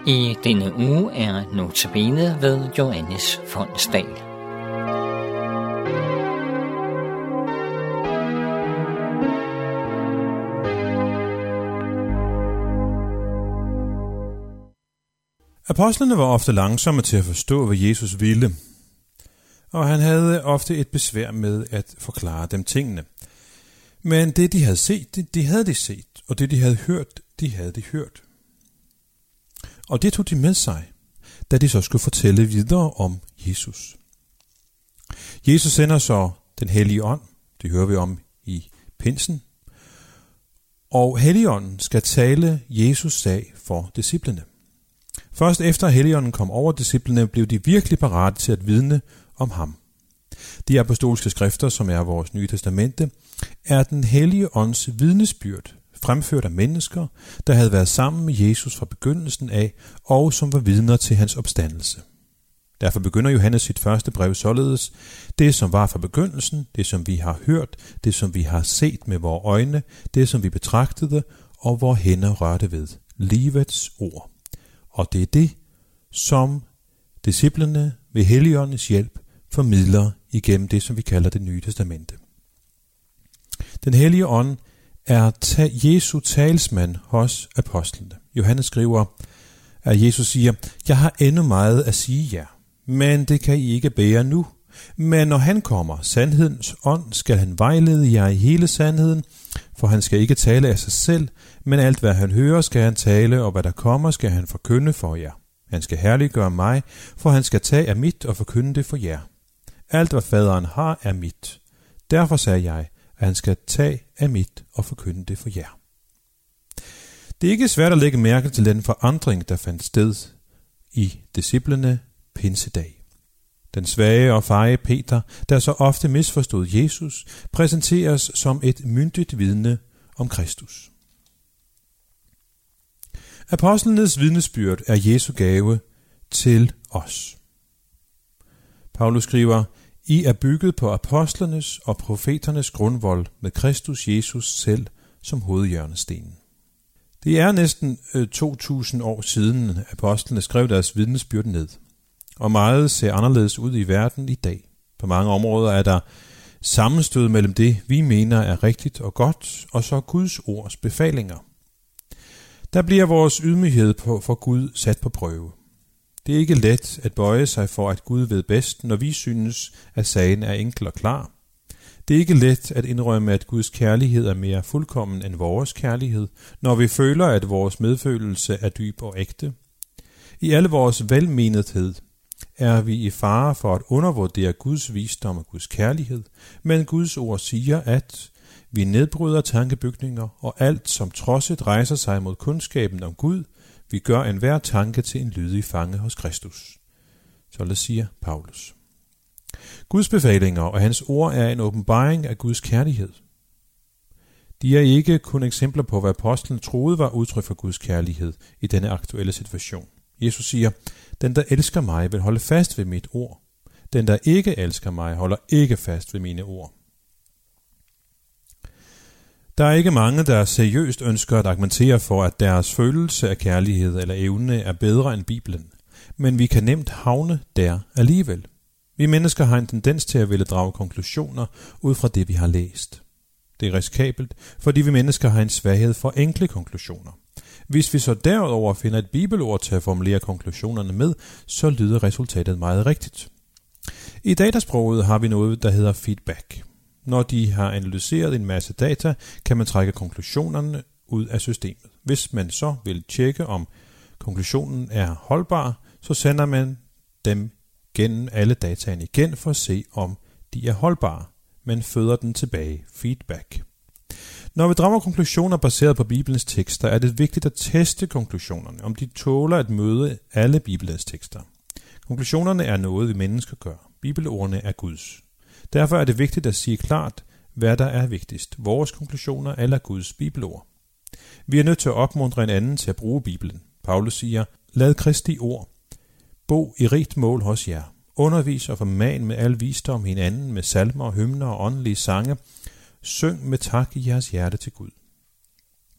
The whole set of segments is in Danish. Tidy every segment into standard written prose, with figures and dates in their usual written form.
I denne uge er notabene ved Johannes Fonsdal. Apostlene var ofte langsomme til at forstå, hvad Jesus ville, og han havde ofte et besvær med at forklare dem tingene. Men det, de havde set, det havde de set, og det, de havde hørt, det havde de hørt. Og det tog de med sig, da de så skulle fortælle videre om Jesus. Jesus sender så den hellige ånd, det hører vi om i pinsen, og Helligånden skal tale Jesus' sag for disciplene. Først efter Helligånden kom over disciplene, blev de virkelig parate til at vidne om ham. De apostolske skrifter, som er vores Nye Testamente, er den hellige ånds vidnesbyrd, fremført af mennesker, der havde været sammen med Jesus fra begyndelsen af, og som var vidner til hans opstandelse. Derfor begynder Johannes sit første brev således: det, som var fra begyndelsen, det, som vi har hørt, det, som vi har set med vores øjne, det, som vi betragtede, og vores hænder rørte ved, livets ord. Og det er det, som disciplene ved Helligåndens hjælp formidler igennem det, som vi kalder det Nye Testamente. Den hellige ånd er Jesu talsmand hos apostlene. Johannes skriver, at Jesus siger, jeg har endnu meget at sige jer, men det kan I ikke bære nu. Men når han kommer, sandhedens ånd, skal han vejlede jer i hele sandheden, for han skal ikke tale af sig selv, men alt hvad han hører, skal han tale, og hvad der kommer, skal han forkynde for jer. Han skal herliggøre mig, for han skal tage af mit og forkynde det for jer. Alt hvad faderen har, er mit. Derfor sagde jeg, at han skal tage af mit og forkynde det for jer. Det er ikke svært at lægge mærke til den forandring, der fandt sted i disciplene pinsedag. Den svage og feje Peter, der så ofte misforstod Jesus, præsenteres som et myndigt vidne om Kristus. Apostlenes vidnesbyrd er Jesu gave til os. Paulus skriver, I er bygget på apostlenes og profeternes grundvold med Kristus Jesus selv som hovedhjørnestenen. Det er næsten 2000 år siden apostlene skrev deres vidnesbyrd ned, og meget ser anderledes ud i verden i dag. På mange områder er der sammenstød mellem det, vi mener er rigtigt og godt, og så Guds ords befalinger. Der bliver vores ydmyghed for Gud sat på prøve. Det er ikke let at bøje sig for, at Gud ved bedst, når vi synes, at sagen er enkel og klar. Det er ikke let at indrømme, at Guds kærlighed er mere fuldkommen end vores kærlighed, når vi føler, at vores medfølelse er dyb og ægte. I alle vores velmenethed er vi i fare for at undervurdere Guds visdom og Guds kærlighed, men Guds ord siger, at vi nedbryder tankebygninger, og alt, som trodset rejser sig mod kundskaben om Gud, vi gør enhver tanke til en lydig fange hos Kristus. Således siger Paulus. Guds befalinger og hans ord er en åbenbaring af Guds kærlighed. De er ikke kun eksempler på, hvad apostlen troede var udtryk for Guds kærlighed i denne aktuelle situation. Jesus siger, den der elsker mig vil holde fast ved mit ord. Den der ikke elsker mig holder ikke fast ved mine ord. Der er ikke mange, der seriøst ønsker at argumentere for, at deres følelse af kærlighed eller evne er bedre end Bibelen, men vi kan nemt havne der alligevel. Vi mennesker har en tendens til at ville drage konklusioner ud fra det, vi har læst. Det er risikabelt, fordi vi mennesker har en svaghed for enkle konklusioner. Hvis vi så derudover finder et bibelord til at formulere konklusionerne med, så lyder resultatet meget rigtigt. I datasproget har vi noget, der hedder feedback. Når de har analyseret en masse data, kan man trække konklusionerne ud af systemet. Hvis man så vil tjekke, om konklusionen er holdbar, så sender man dem gennem alle dataene igen for at se, om de er holdbare. Man føder den tilbage. Feedback. Når vi drager konklusioner baseret på Bibelens tekster, er det vigtigt at teste konklusionerne, om de tåler at møde alle Bibelens tekster. Konklusionerne er noget, vi mennesker gør. Bibelordene er Guds. Derfor er det vigtigt at sige klart, hvad der er vigtigst, vores konklusioner eller Guds bibelord. Vi er nødt til at opmuntre en anden til at bruge Bibelen. Paulus siger, lad Kristi ord bo i rigt mål hos jer. Undervis og forman med al visdom hinanden med salmer, hymner og åndelige sange. Syng med tak i jeres hjerte til Gud.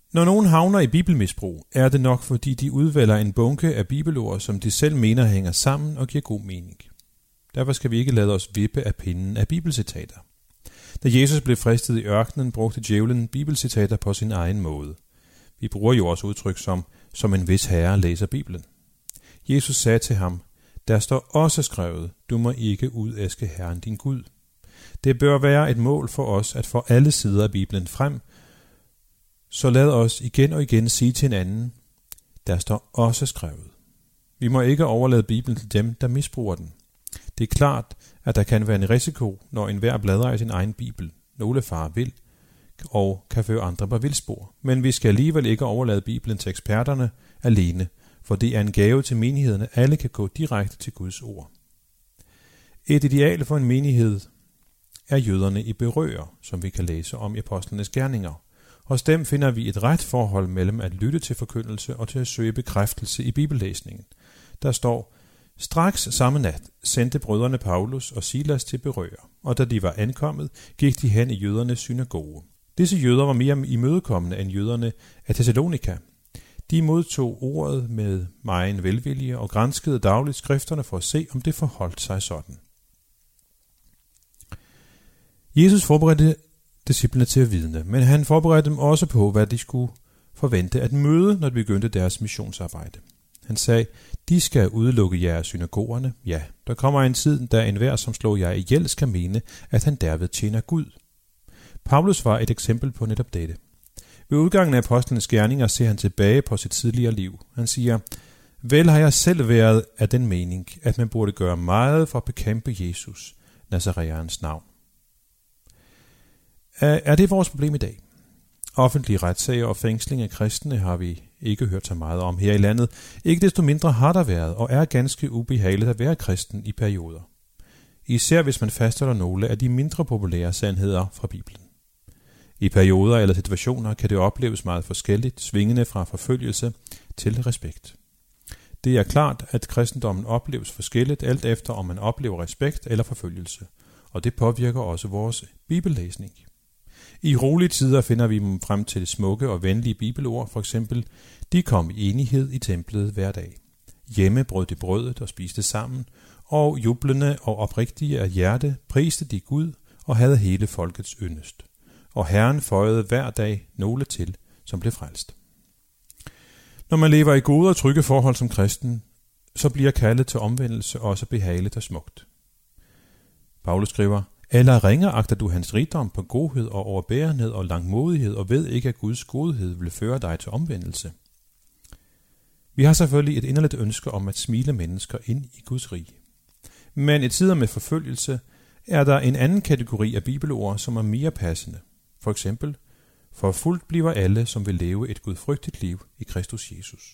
Når nogen havner i bibelmisbrug, er det nok fordi de udvælger en bunke af bibelord, som de selv mener hænger sammen og giver god mening. Derfor skal vi ikke lade os vippe af pinden af bibelcitater. Da Jesus blev fristet i ørkenen, brugte djævlen bibelcitater på sin egen måde. Vi bruger jo også udtryk som en vis herre læser Bibelen. Jesus sagde til ham, der står også skrevet, du må ikke udæske Herren din Gud. Det bør være et mål for os at få alle sider af Bibelen frem, så lad os igen og igen sige til hinanden, der står også skrevet. Vi må ikke overlade Bibelen til dem, der misbruger den. Det er klart, at der kan være en risiko, når enhver bladrer i sin egen Bibel. Nogle farer vil og kan føre andre på vildspor. Men vi skal alligevel ikke overlade Bibelen til eksperterne alene, for det er en gave til menigheden, at alle kan gå direkte til Guds ord. Et ideal for en menighed er jøderne i Berøer, som vi kan læse om i apostlenes gerninger. Hos dem finder vi et ret forhold mellem at lytte til forkyndelse og til at søge bekræftelse i bibellæsningen. Der står, straks samme nat sendte brødrene Paulus og Silas til Berøer, og da de var ankommet, gik de hen i jødernes synagoge. Disse jøder var mere imødekommende end jøderne af Thessalonika. De modtog ordet med megen velvilje og granskede dagligt skrifterne for at se, om det forholdt sig sådan. Jesus forberedte disciplene til at vidne, men han forberedte dem også på, hvad de skulle forvente at møde, når de begyndte deres missionsarbejde. Han sagde, de skal udelukke jer af synagogerne. Ja, der kommer en tid, da enhver, som slår jer ihjel, skal mene, at han derved tjener Gud. Paulus var et eksempel på netop dette. Ved udgangen af apostlenes gerninger ser han tilbage på sit tidligere liv. Han siger, vel har jeg selv været af den mening, at man burde gøre meget for at bekæmpe Jesus, Nazareans navn. Er det vores problem i dag? Offentlige retssager og fængsling af kristne har vi ikke hørt så meget om her i landet. Ikke desto mindre har der været og er ganske ubehageligt at være kristen i perioder. Især hvis man fastholder nogle af de mindre populære sandheder fra Bibelen. I perioder eller situationer kan det opleves meget forskelligt, svingende fra forfølgelse til respekt. Det er klart, at kristendommen opleves forskelligt, alt efter om man oplever respekt eller forfølgelse, og det påvirker også vores bibellæsning. I rolige tider finder vi dem frem til smukke og venlige bibelord, for eksempel, de kom i enighed i templet hver dag. Hjemme brød de brødet og spiste sammen, og jublende og oprigtige af hjerte priste de Gud og havde hele folkets yndest. Og Herren føjede hver dag nogle til, som blev frelst. Når man lever i gode og trygge forhold som kristen, så bliver kaldet til omvendelse også behageligt og smukt. Paulus skriver, eller ringer agter du hans rigdom på godhed og overbærenhed og langmodighed, og ved ikke, at Guds godhed vil føre dig til omvendelse. Vi har selvfølgelig et inderligt ønske om at smile mennesker ind i Guds rige. Men i tider med forfølgelse er der en anden kategori af bibelord, som er mere passende. For eksempel, forfulgt bliver alle, som vil leve et gudfrygtigt liv i Kristus Jesus.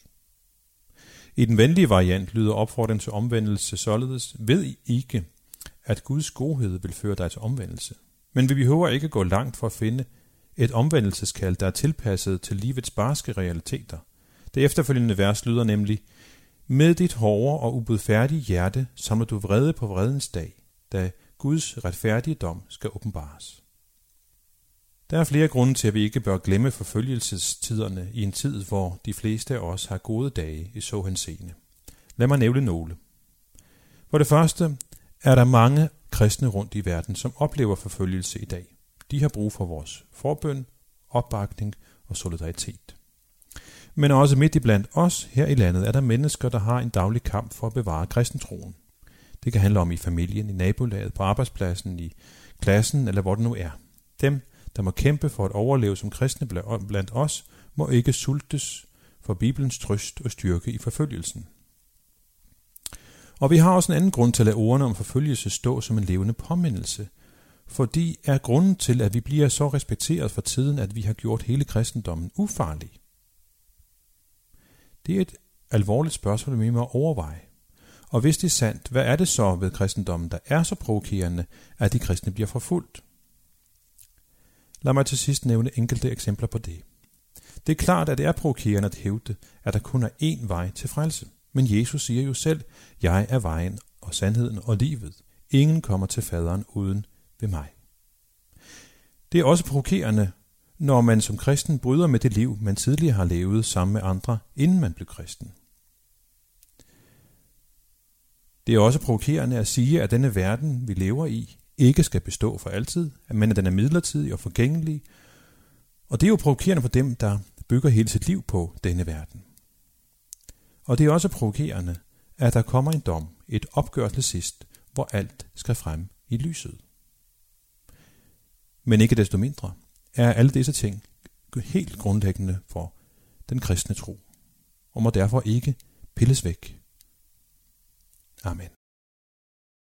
I den venlige variant lyder opfordringen til omvendelse således, ved ikke, at Guds godhed vil føre dig til omvendelse. Men vi behøver ikke gå langt for at finde et omvendelseskald, der er tilpasset til livets barske realiteter. Det efterfølgende vers lyder nemlig, med dit hårde og ubudfærdige hjerte samler du vrede på vredens dag, da Guds retfærdige dom skal åbenbares. Der er flere grunde til, at vi ikke bør glemme forfølgelsestiderne i en tid, hvor de fleste af os har gode dage i så henseende. Lad mig nævne nogle. For det første er der mange kristne rundt i verden, som oplever forfølgelse i dag. De har brug for vores forbøn, opbakning og solidaritet. Men også midt iblandt os her i landet er der mennesker, der har en daglig kamp for at bevare kristentroen. Det kan handle om i familien, i nabolaget, på arbejdspladsen, i klassen eller hvor det nu er. Dem, der må kæmpe for at overleve som kristne blandt os, må ikke sultes for Bibelens trøst og styrke i forfølgelsen. Og vi har også en anden grund til at lade ordene om forfølgelse stå som en levende påmindelse, fordi er grunden til, at vi bliver så respekteret for tiden, at vi har gjort hele kristendommen ufarlig. Det er et alvorligt spørgsmål, vi må overveje. Og hvis det er sandt, hvad er det så ved kristendommen, der er så provokerende, at de kristne bliver forfulgt? Lad mig til sidst nævne enkelte eksempler på det. Det er klart, at det er provokerende at hævde, at der kun er én vej til frelse. Men Jesus siger jo selv, jeg er vejen og sandheden og livet. Ingen kommer til faderen uden ved mig. Det er også provokerende, når man som kristen bryder med det liv, man tidligere har levet sammen med andre, inden man blev kristen. Det er også provokerende at sige, at denne verden, vi lever i, ikke skal bestå for altid, men at den er midlertidig og forgængelig. Og det er jo provokerende for dem, der bygger hele sit liv på denne verden. Og det er også provokerende, at der kommer en dom, et opgør til sidst, hvor alt skal frem i lyset. Men ikke desto mindre er alle disse ting helt grundlæggende for den kristne tro, og må derfor ikke pilles væk. Amen.